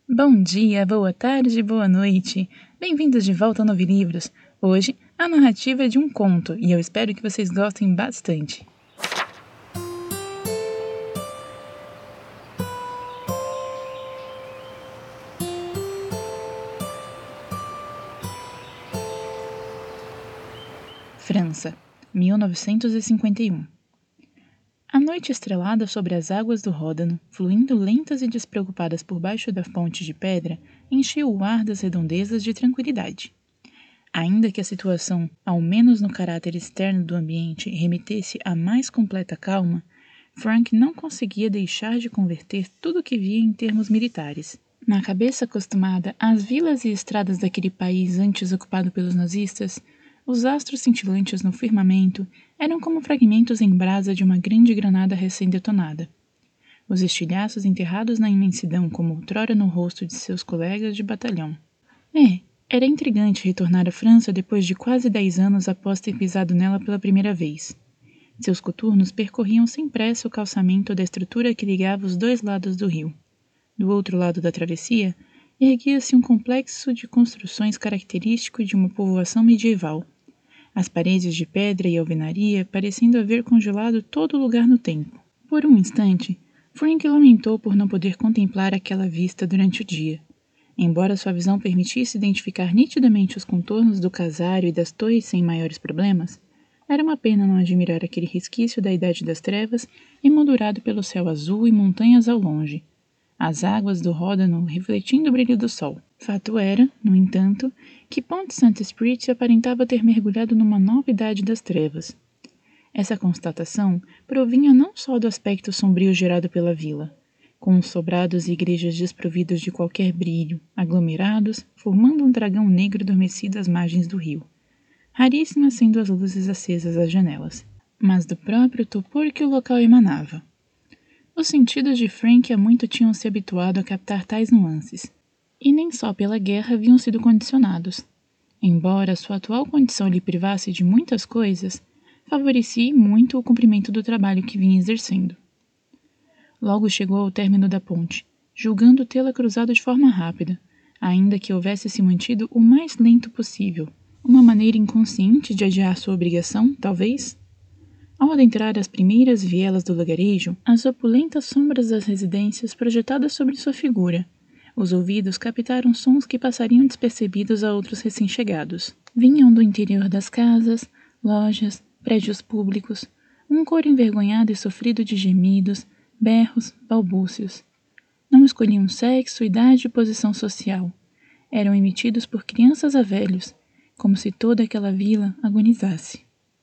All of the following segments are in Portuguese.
Bom dia, boa tarde, boa noite. Bem-vindos de volta ao Novi Livros. Hoje, a narrativa é de um conto e eu espero que vocês gostem bastante. França, 1951. A noite estrelada sobre as águas do Ródano, fluindo lentas e despreocupadas por baixo da ponte de pedra, encheu o ar das redondezas de tranquilidade. Ainda que a situação, ao menos no caráter externo do ambiente, remetesse à mais completa calma, Frank não conseguia deixar de converter tudo o que via em termos militares. Na cabeça acostumada às vilas e estradas daquele país antes ocupado pelos nazistas, os astros cintilantes no firmamento eram como fragmentos em brasa de uma grande granada recém-detonada. Os estilhaços enterrados na imensidão como outrora no rosto de seus colegas de batalhão. Era intrigante retornar à França depois de quase 10 anos após ter pisado nela pela primeira vez. Seus coturnos percorriam sem pressa o calçamento da estrutura que ligava os dois lados do rio. Do outro lado da travessia, erguia-se um complexo de construções característico de uma povoação medieval. As paredes de pedra e alvenaria parecendo haver congelado todo o lugar no tempo. Por um instante, Frank lamentou por não poder contemplar aquela vista durante o dia. Embora sua visão permitisse identificar nitidamente os contornos do casário e das torres sem maiores problemas, era uma pena não admirar aquele resquício da Idade das Trevas emoldurado pelo céu azul e montanhas ao longe, as águas do Ródano refletindo o brilho do sol. Fato era, no entanto, que Pont Saint-Esprit aparentava ter mergulhado numa nova Idade das Trevas. Essa constatação provinha não só do aspecto sombrio gerado pela vila, com os sobrados e igrejas desprovidos de qualquer brilho, aglomerados, formando um dragão negro adormecido às margens do rio, raríssimas sendo as luzes acesas às janelas, mas do próprio topor que o local emanava. Os sentidos de Frank há muito tinham se habituado a captar tais nuances, e nem só pela guerra haviam sido condicionados. Embora sua atual condição lhe privasse de muitas coisas, favorecia muito o cumprimento do trabalho que vinha exercendo. Logo chegou ao término da ponte, julgando tê-la cruzado de forma rápida, ainda que houvesse se mantido o mais lento possível, uma maneira inconsciente de adiar sua obrigação, talvez? Ao adentrar as primeiras vielas do lugarejo, as opulentas sombras das residências projetadas sobre sua figura, os ouvidos captaram sons que passariam despercebidos a outros recém-chegados. Vinham do interior das casas, lojas, prédios públicos, um coro envergonhado e sofrido de gemidos, berros, balbúcios. Não escolhiam sexo, idade e posição social. Eram emitidos por crianças a velhos, como se toda aquela vila agonizasse.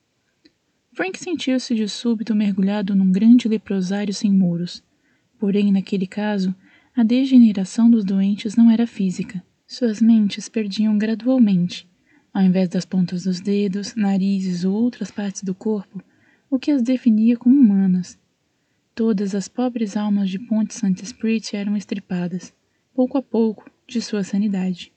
Frank sentiu-se de súbito mergulhado num grande leprosário sem muros. Porém, naquele caso, a degeneração dos doentes não era física. Suas mentes perdiam gradualmente, ao invés das pontas dos dedos, narizes ou outras partes do corpo, o que as definia como humanas. Todas as pobres almas de Pont Saint-Esprit eram estripadas, pouco a pouco, de sua sanidade.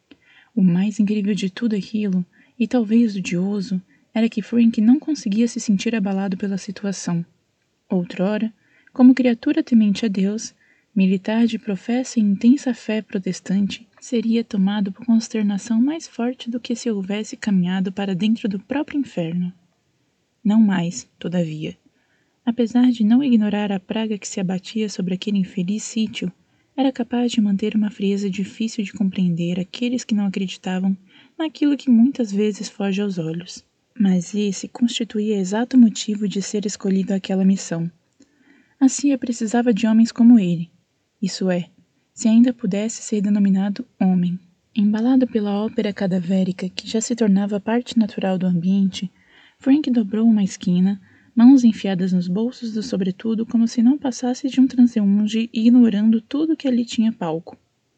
O mais incrível de tudo aquilo, e talvez odioso, era que Frank não conseguia se sentir abalado pela situação. Outrora, como criatura temente a Deus, militar de professa e intensa fé protestante, seria tomado por consternação mais forte do que se houvesse caminhado para dentro do próprio inferno. Não mais, todavia. Apesar de não ignorar a praga que se abatia sobre aquele infeliz sítio, era capaz de manter uma frieza difícil de compreender aqueles que não acreditavam naquilo que muitas vezes foge aos olhos. Mas esse constituía exato motivo de ser escolhido àquela missão. A CIA precisava de homens como ele, isso é, se ainda pudesse ser denominado homem. Embalado pela ópera cadavérica que já se tornava parte natural do ambiente, Frank dobrou uma esquina, mãos enfiadas nos bolsos do sobretudo como se não passasse de um transeunte ignorando tudo que ali tinha palco.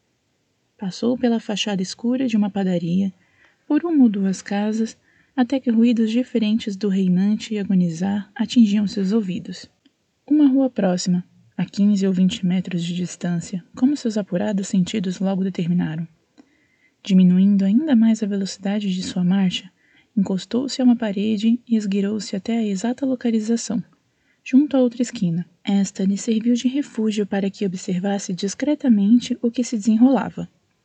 Passou pela fachada escura de uma padaria, por uma ou duas casas, até que ruídos diferentes do reinante e agonizar atingiam seus ouvidos. Uma rua próxima, a 15 ou 20 metros de distância, como seus apurados sentidos logo determinaram. Diminuindo ainda mais a velocidade de sua marcha, encostou-se a uma parede e esgueirou-se até a exata localização, junto a outra esquina, Esta lhe serviu de refúgio para que observasse discretamente o que se desenrolava.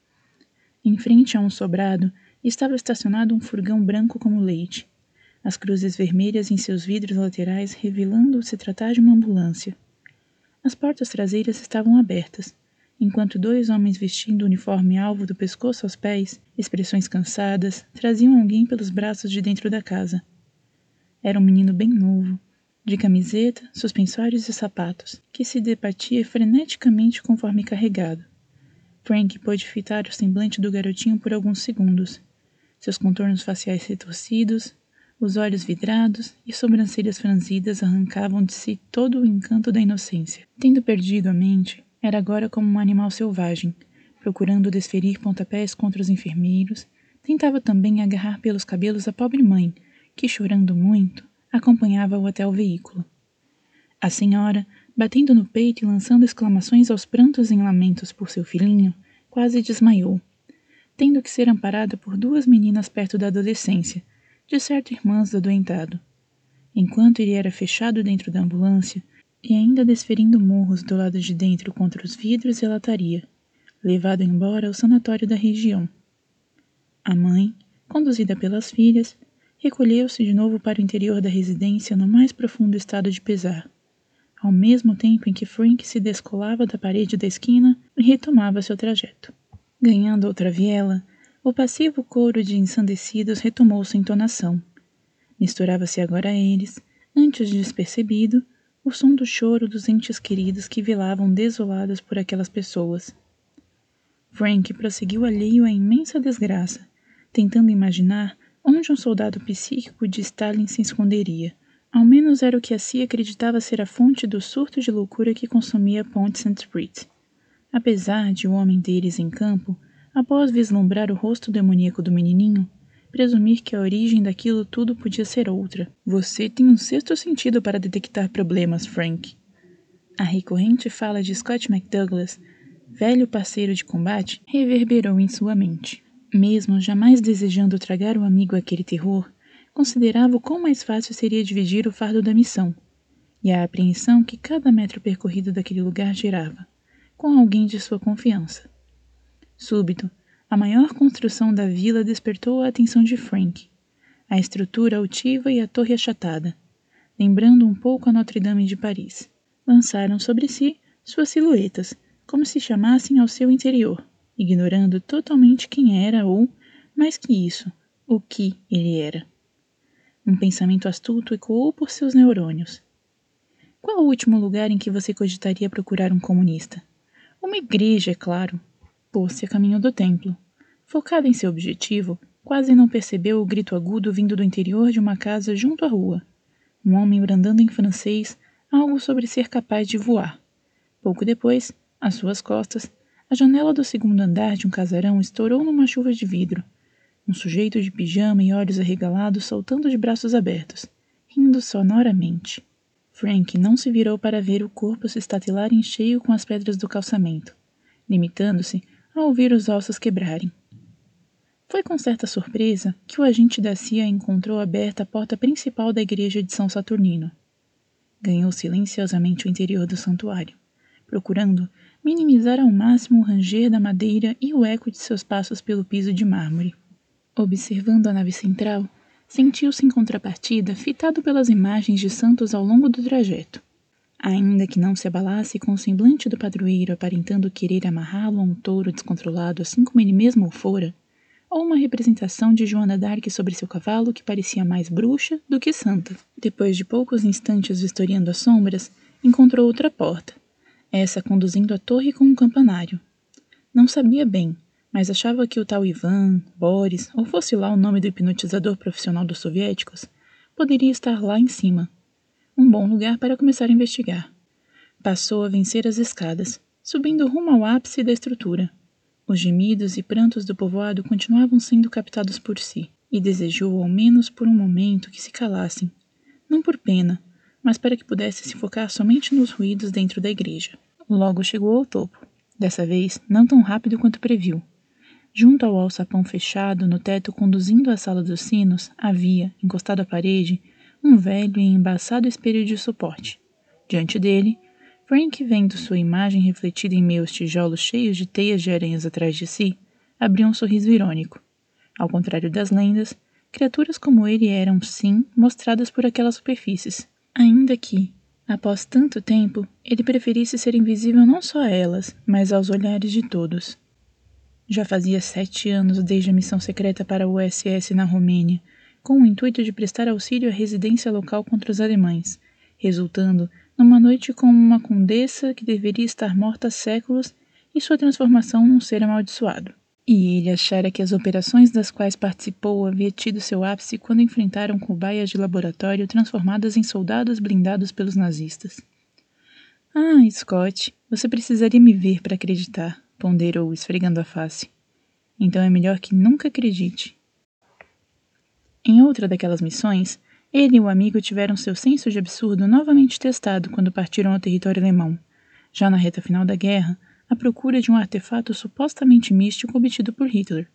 Em frente a um sobrado estava estacionado um furgão branco como leite, as cruzes vermelhas em seus vidros laterais revelando se tratar de uma ambulância. As portas traseiras estavam abertas, enquanto 2 homens vestindo o uniforme alvo do pescoço aos pés, expressões cansadas, traziam alguém pelos braços de dentro da casa. Era um menino bem novo, de camiseta, suspensórios e sapatos, que se debatia freneticamente conforme carregado. Frank pôde fitar o semblante do garotinho por alguns segundos. Seus contornos faciais retorcidos, os olhos vidrados e sobrancelhas franzidas arrancavam de si todo o encanto da inocência. Tendo perdido a mente, era agora como um animal selvagem, procurando desferir pontapés contra os enfermeiros, tentava também agarrar pelos cabelos a pobre mãe, que, chorando muito, acompanhava-o até o veículo. A senhora, batendo no peito e lançando exclamações aos prantos em lamentos por seu filhinho, quase desmaiou, tendo que ser amparada por 2 meninas perto da adolescência, de certo irmãs do adoentado. Enquanto ele era fechado dentro da ambulância, e ainda desferindo murros do lado de dentro contra os vidros e a lataria, levado embora ao sanatório da região. A mãe, conduzida pelas filhas, recolheu-se de novo para o interior da residência no mais profundo estado de pesar, ao mesmo tempo em que Frank se descolava da parede da esquina e retomava seu trajeto. Ganhando outra viela, o passivo coro de ensandecidos retomou sua entonação. Misturava-se agora a eles, antes despercebido, o som do choro dos entes queridos que velavam desolados por aquelas pessoas. Frank prosseguiu alheio à imensa desgraça, tentando imaginar onde um soldado psíquico de Stalin se esconderia. Ao menos era o que a CIA acreditava ser a fonte do surto de loucura que consumia Pont Saint-Sprit. Apesar de o homem deles em campo, após vislumbrar o rosto demoníaco do menininho, presumir que a origem daquilo tudo podia ser outra. Você tem um 6º sentido para detectar problemas, Frank. A recorrente fala de Scott McDouglas, velho parceiro de combate, reverberou em sua mente. Mesmo jamais desejando tragar o amigo àquele terror, considerava o quão mais fácil seria dividir o fardo da missão, e a apreensão que cada metro percorrido daquele lugar gerava, com alguém de sua confiança. Súbito, a maior construção da vila despertou a atenção de Frank, a estrutura altiva e a torre achatada, lembrando um pouco a Notre-Dame de Paris. Lançaram sobre si suas silhuetas, como se chamassem ao seu interior, ignorando totalmente quem era ou, mais que isso, o que ele era. Um pensamento astuto ecoou por seus neurônios. Qual o último lugar em que você cogitaria procurar um comunista? Uma igreja, é claro. Pôs-se a caminho do templo. Focado em seu objetivo, quase não percebeu o grito agudo vindo do interior de uma casa junto à rua. Um homem bradando em francês, algo sobre ser capaz de voar. Pouco depois, às suas costas, a janela do 2º andar de um casarão estourou numa chuva de vidro. Um sujeito de pijama e olhos arregalados saltando de braços abertos, rindo sonoramente. Frank não se virou para ver o corpo se estatelar em cheio com as pedras do calçamento, limitando-se a ouvir os ossos quebrarem. Foi com certa surpresa que o agente da CIA encontrou aberta a porta principal da igreja de São Saturnino. Ganhou silenciosamente o interior do santuário, procurando minimizar ao máximo o ranger da madeira e o eco de seus passos pelo piso de mármore. Observando a nave central, sentiu-se em contrapartida fitado pelas imagens de santos ao longo do trajeto. Ainda que não se abalasse com o semblante do padroeiro aparentando querer amarrá-lo a um touro descontrolado assim como ele mesmo o fora, ou uma representação de Joana d'Arc sobre seu cavalo que parecia mais bruxa do que santa. Depois de poucos instantes vistoriando as sombras, encontrou outra porta, essa conduzindo à torre com um campanário. Não sabia bem, mas achava que o tal Ivan, Boris, ou fosse lá o nome do hipnotizador profissional dos soviéticos, poderia estar lá em cima. Um bom lugar para começar a investigar. Passou a vencer as escadas, subindo rumo ao ápice da estrutura. Os gemidos e prantos do povoado continuavam sendo captados por si, e desejou ao menos por um momento que se calassem, não por pena, mas para que pudesse se focar somente nos ruídos dentro da igreja. Logo chegou ao topo, dessa vez não tão rápido quanto previu. Junto ao alçapão fechado no teto conduzindo à sala dos sinos, havia, encostado à parede, um velho e embaçado espelho de suporte. Diante dele, Frank, vendo sua imagem refletida em meio aos tijolos cheios de teias de aranhas atrás de si, abriu um sorriso irônico. Ao contrário das lendas, criaturas como ele eram, sim, mostradas por aquelas superfícies, ainda que, após tanto tempo, ele preferisse ser invisível não só a elas, mas aos olhares de todos. Já fazia 7 anos desde a missão secreta para o USS na Romênia, com o intuito de prestar auxílio à residência local contra os alemães, resultando numa noite com uma condessa que deveria estar morta há séculos e sua transformação num ser amaldiçoado. E ele achara que as operações das quais participou havia tido seu ápice quando enfrentaram cobaias de laboratório transformadas em soldados blindados pelos nazistas. Ah, Scott, você precisaria me ver para acreditar, ponderou, esfregando a face. Então é melhor que nunca acredite. Em outra daquelas missões, ele e o amigo tiveram seu senso de absurdo novamente testado quando partiram ao território alemão, já na reta final da guerra, à procura de um artefato supostamente místico obtido por Hitler.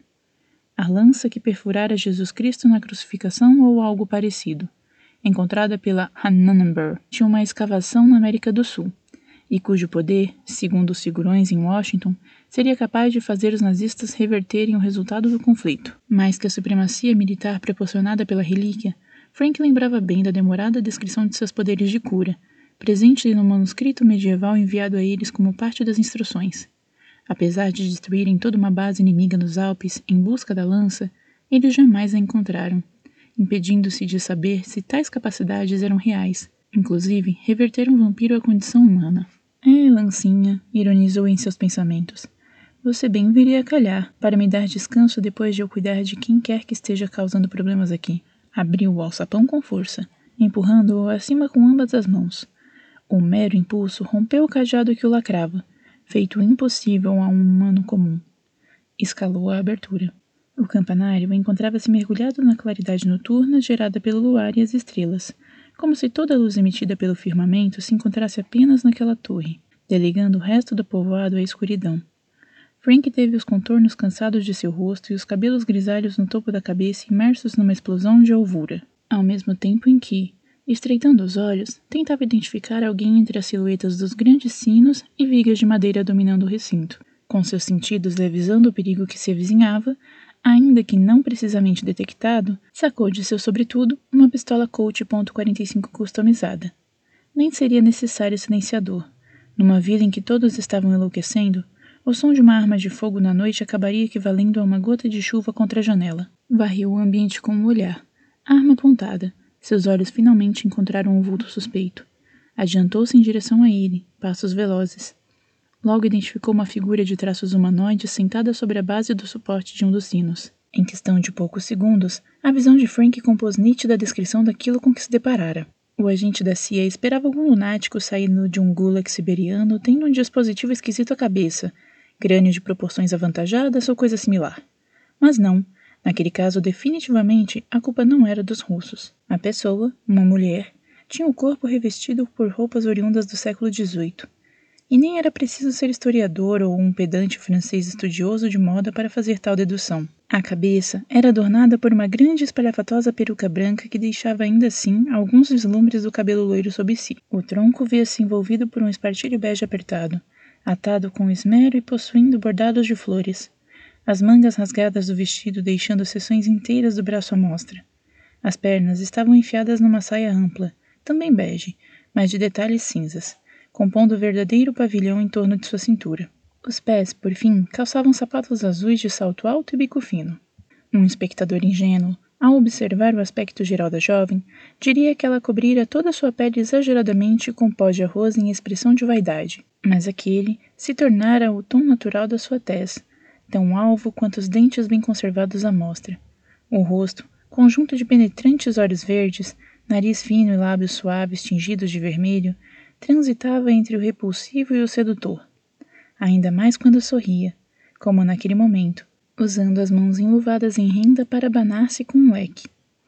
A lança que perfurara Jesus Cristo na crucificação ou algo parecido, encontrada pela Annenberg de uma escavação na América do Sul, e cujo poder, segundo os figurões em Washington, seria capaz de fazer os nazistas reverterem o resultado do conflito. Mais que a supremacia militar proporcionada pela relíquia, Frank lembrava bem da demorada descrição de seus poderes de cura, presente no manuscrito medieval enviado a eles como parte das instruções. Apesar de destruírem toda uma base inimiga nos Alpes em busca da lança, eles jamais a encontraram, impedindo-se de saber se tais capacidades eram reais, inclusive reverter um vampiro à condição humana. Lancinha, ironizou em seus pensamentos. Você bem viria a calhar, para me dar descanso depois de eu cuidar de quem quer que esteja causando problemas aqui. Abriu o alçapão com força, empurrando-o acima com ambas as mãos. O mero impulso rompeu o cajado que o lacrava, feito impossível a um humano comum. Escalou a abertura. O campanário encontrava-se mergulhado na claridade noturna gerada pelo luar e as estrelas, como se toda a luz emitida pelo firmamento se encontrasse apenas naquela torre, delegando o resto do povoado à escuridão. Frank teve os contornos cansados de seu rosto e os cabelos grisalhos no topo da cabeça imersos numa explosão de alvura, ao mesmo tempo em que, estreitando os olhos, tentava identificar alguém entre as silhuetas dos grandes sinos e vigas de madeira dominando o recinto. Com seus sentidos levisando o perigo que se avizinhava, ainda que não precisamente detectado, sacou de seu sobretudo uma pistola Colt .45 customizada. Nem seria necessário silenciador. Numa vida em que todos estavam enlouquecendo, o som de uma arma de fogo na noite acabaria equivalendo a uma gota de chuva contra a janela. Varreu o ambiente com um olhar. A arma apontada. Seus olhos finalmente encontraram um vulto suspeito. Adiantou-se em direção a ele, passos velozes. Logo identificou uma figura de traços humanoides sentada sobre a base do suporte de um dos sinos. Em questão de poucos segundos, a visão de Frank compôs nítida descrição daquilo com que se deparara. O agente da CIA esperava algum lunático saindo de um gulag siberiano tendo um dispositivo esquisito à cabeça, crânio de proporções avantajadas ou coisa similar. Mas não. Naquele caso, definitivamente, a culpa não era dos russos. A pessoa, uma mulher, tinha o corpo revestido por roupas oriundas do século XVIII. E nem era preciso ser historiador ou um pedante francês estudioso de moda para fazer tal dedução. A cabeça era adornada por uma grande e espalhafatosa peruca branca que deixava ainda assim alguns vislumbres do cabelo loiro sob si. O tronco via-se envolvido por um espartilho bege apertado, atado com esmero e possuindo bordados de flores. As mangas rasgadas do vestido deixando seções inteiras do braço à mostra. As pernas estavam enfiadas numa saia ampla, também bege, mas de detalhes cinzas, compondo o verdadeiro pavilhão em torno de sua cintura. Os pés, por fim, calçavam sapatos azuis de salto alto e bico fino. Um espectador ingênuo, ao observar o aspecto geral da jovem, diria que ela cobrira toda a sua pele exageradamente com pó de arroz em expressão de vaidade, mas aquele se tornara o tom natural da sua tez, tão alvo quanto os dentes bem conservados à mostra. O rosto, conjunto de penetrantes olhos verdes, nariz fino e lábios suaves tingidos de vermelho, transitava entre o repulsivo e o sedutor. Ainda mais quando sorria, como naquele momento, usando as mãos enluvadas em renda para abanar-se com um leque.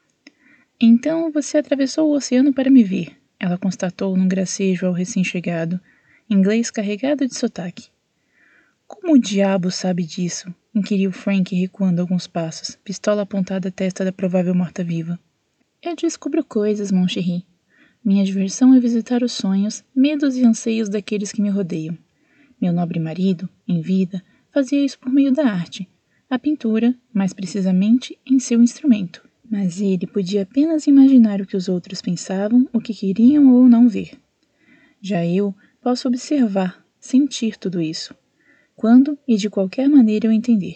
Então você atravessou o oceano para me ver, ela constatou num gracejo ao recém-chegado, inglês carregado de sotaque. Como o diabo sabe disso? Inquiriu Frank recuando alguns passos, pistola apontada à testa da provável morta-viva. Eu descubro coisas, mon chéri. Minha diversão é visitar os sonhos, medos e anseios daqueles que me rodeiam. Meu nobre marido, em vida, fazia isso por meio da arte, a pintura, mais precisamente, em seu instrumento. Mas ele podia apenas imaginar o que os outros pensavam, o que queriam ou não ver. Já eu posso observar, sentir tudo isso, quando e de qualquer maneira eu entender.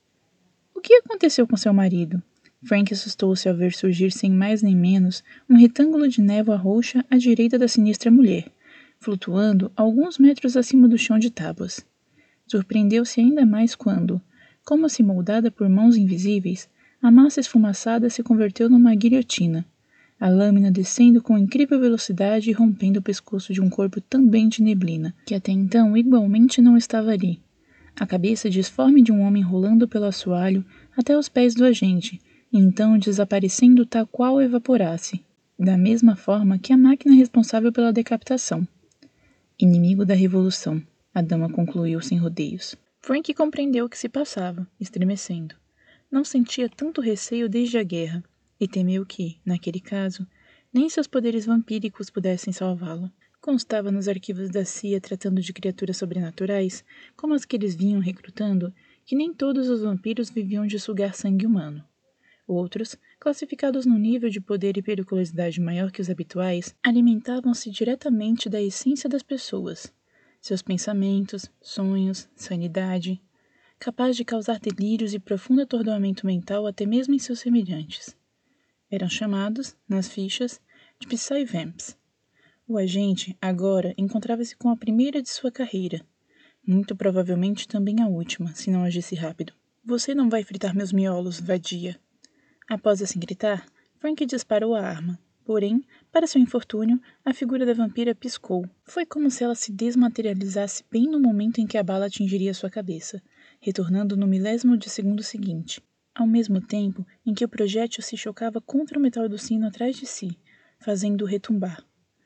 O que aconteceu com seu marido? Frank assustou-se ao ver surgir sem mais nem menos um retângulo de névoa roxa à direita da sinistra mulher, flutuando alguns metros acima do chão de tábuas. Surpreendeu-se ainda mais quando, como se moldada por mãos invisíveis, a massa esfumaçada se converteu numa guilhotina, a lâmina descendo com incrível velocidade e rompendo o pescoço de um corpo também de neblina, que até então igualmente não estava ali. A cabeça disforme de um homem rolando pelo assoalho até os pés do agente, e então desaparecendo tal qual evaporasse, da mesma forma que a máquina responsável pela decapitação. Inimigo da revolução, a dama concluiu sem rodeios. Frank compreendeu o que se passava, estremecendo. Não sentia tanto receio desde a guerra, e temeu que, naquele caso, nem seus poderes vampíricos pudessem salvá-lo. Constava nos arquivos da CIA tratando de criaturas sobrenaturais, como as que eles vinham recrutando, que nem todos os vampiros viviam de sugar sangue humano. Outros, classificados num nível de poder e periculosidade maior que os habituais, alimentavam-se diretamente da essência das pessoas, seus pensamentos, sonhos, sanidade, capaz de causar delírios e profundo atordoamento mental até mesmo em seus semelhantes. Eram chamados, nas fichas, de Psy-Vamps. O agente, agora, encontrava-se com a primeira de sua carreira, muito provavelmente também a última, se não agisse rápido. Você não vai fritar meus miolos, vadia. Após assim gritar, Frank disparou a arma. Porém, para seu infortúnio, a figura da vampira piscou. Foi como se ela se desmaterializasse bem no momento em que a bala atingiria sua cabeça, retornando no milésimo de segundo seguinte, ao mesmo tempo em que o projétil se chocava contra o metal do sino atrás de si, fazendo-o retumbar.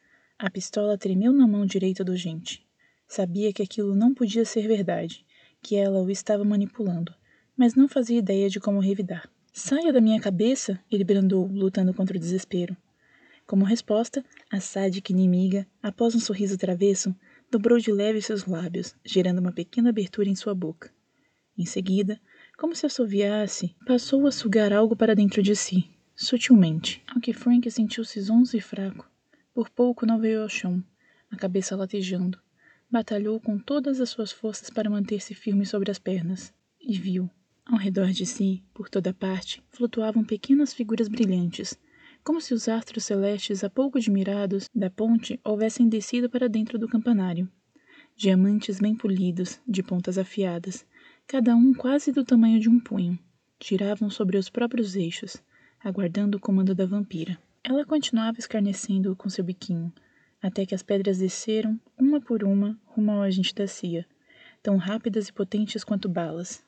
A pistola tremeu na mão direita do agente. Sabia que aquilo não podia ser verdade, que ela o estava manipulando, mas não fazia ideia de como revidar. Saia da minha cabeça, ele brandou, lutando contra o desespero. Como resposta, a sádica inimiga, após um sorriso travesso, dobrou de leve seus lábios, gerando uma pequena abertura em sua boca. Em seguida, como se assoviasse, passou a sugar algo para dentro de si, sutilmente, ao que Frank sentiu-se zonzo e fraco. Por pouco não veio ao chão, a cabeça latejando. Batalhou com todas as suas forças para manter-se firme sobre as pernas, e viu. Ao redor de si, por toda parte, flutuavam pequenas figuras brilhantes, como se os astros celestes, há pouco admirados da ponte, houvessem descido para dentro do campanário. Diamantes bem polidos, de pontas afiadas, cada um quase do tamanho de um punho, giravam sobre os próprios eixos, aguardando o comando da vampira. Ela continuava escarnecendo com seu biquinho, até que as pedras desceram, uma por uma, rumo ao agente da CIA, tão rápidas e potentes quanto balas.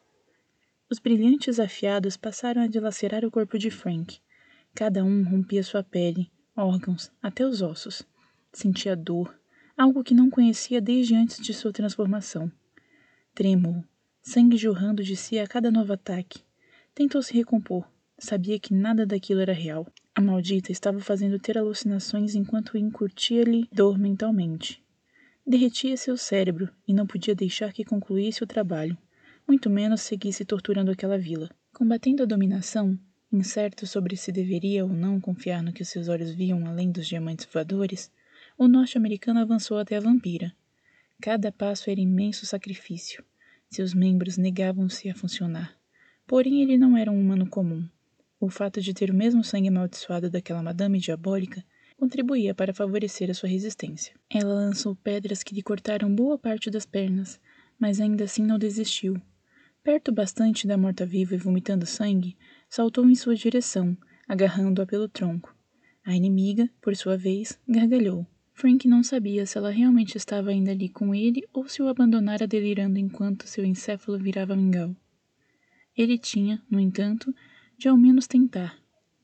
Os brilhantes afiados passaram a dilacerar o corpo de Frank. Cada um rompia sua pele, órgãos, até os ossos. Sentia dor, algo que não conhecia desde antes de sua transformação. Trêmulo, sangue jorrando de si a cada novo ataque. Tentou se recompor. Sabia que nada daquilo era real. A maldita estava fazendo ter alucinações enquanto incutia-lhe dor mentalmente. Derretia seu cérebro e não podia deixar que concluísse o trabalho, muito menos seguisse torturando aquela vila. Combatendo a dominação, incerto sobre se deveria ou não confiar no que seus olhos viam além dos diamantes voadores, o norte-americano avançou até a vampira. Cada passo era imenso sacrifício. Seus membros negavam-se a funcionar. Porém, ele não era um humano comum. O fato de ter o mesmo sangue amaldiçoado daquela madame diabólica contribuía para favorecer a sua resistência. Ela lançou pedras que lhe cortaram boa parte das pernas, mas ainda assim não desistiu. Perto bastante da morta-viva e vomitando sangue, saltou em sua direção, agarrando-a pelo tronco. A inimiga, por sua vez, gargalhou. Frank não sabia se ela realmente estava ainda ali com ele ou se o abandonara delirando enquanto seu encéfalo virava mingau. Ele tinha, no entanto, de ao menos tentar.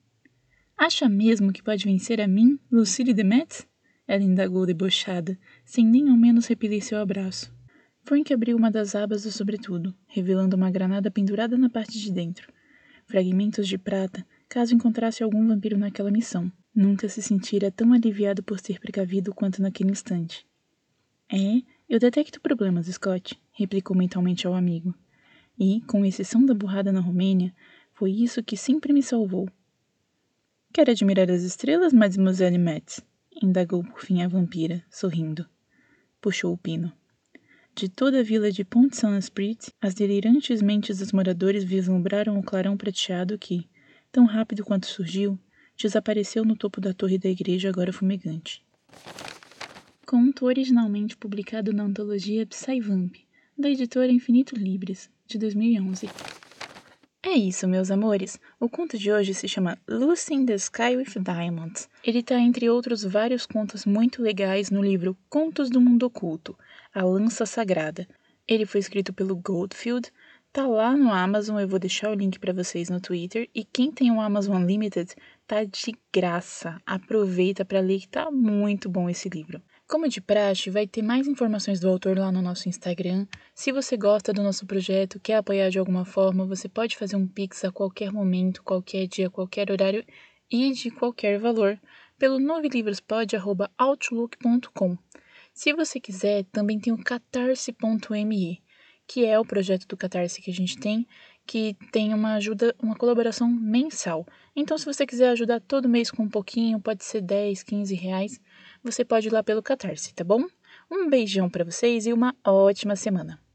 Acha mesmo que pode vencer a mim, Lucille de Metz? Ela indagou debochada, sem nem ao menos repelir seu abraço. Frank abriu uma das abas do sobretudo, revelando uma granada pendurada na parte de dentro. Fragmentos de prata, caso encontrasse algum vampiro naquela missão. Nunca se sentira tão aliviado por ser precavido quanto naquele instante. Eu detecto problemas, Scott, replicou mentalmente ao amigo. E, com exceção da burrada na Romênia, foi isso que sempre me salvou. Quer admirar as estrelas, Mademoiselle Metz? Indagou por fim a vampira, sorrindo. Puxou o pino. De toda a vila de Pont-Saint-Esprit, as delirantes mentes dos moradores vislumbraram o clarão prateado que, tão rápido quanto surgiu, desapareceu no topo da torre da igreja agora fumegante. Conto originalmente publicado na antologia Psyvamp, da editora Infinito Libris, de 2011. É isso, meus amores. O conto de hoje se chama Lucy in the Sky with Diamonds. Ele está entre outros vários contos muito legais no livro Contos do Mundo Oculto, A Lança Sagrada. Ele foi escrito pelo Goldfield, tá lá no Amazon, eu vou deixar o link para vocês no Twitter, e quem tem o Amazon Unlimited tá de graça. Aproveita para ler que tá muito bom esse livro. Como de praxe, vai ter mais informações do autor lá no nosso Instagram. Se você gosta do nosso projeto, quer apoiar de alguma forma, você pode fazer um Pix a qualquer momento, qualquer dia, qualquer horário e de qualquer valor pelo novelivrospod@outlook.com. Se você quiser, também tem o catarse.me, que é o projeto do Catarse que a gente tem, que tem uma ajuda, uma colaboração mensal. Então, se você quiser ajudar todo mês com um pouquinho, pode ser 10, 15 reais, você pode ir lá pelo Catarse, tá bom? Um beijão pra vocês e uma ótima semana!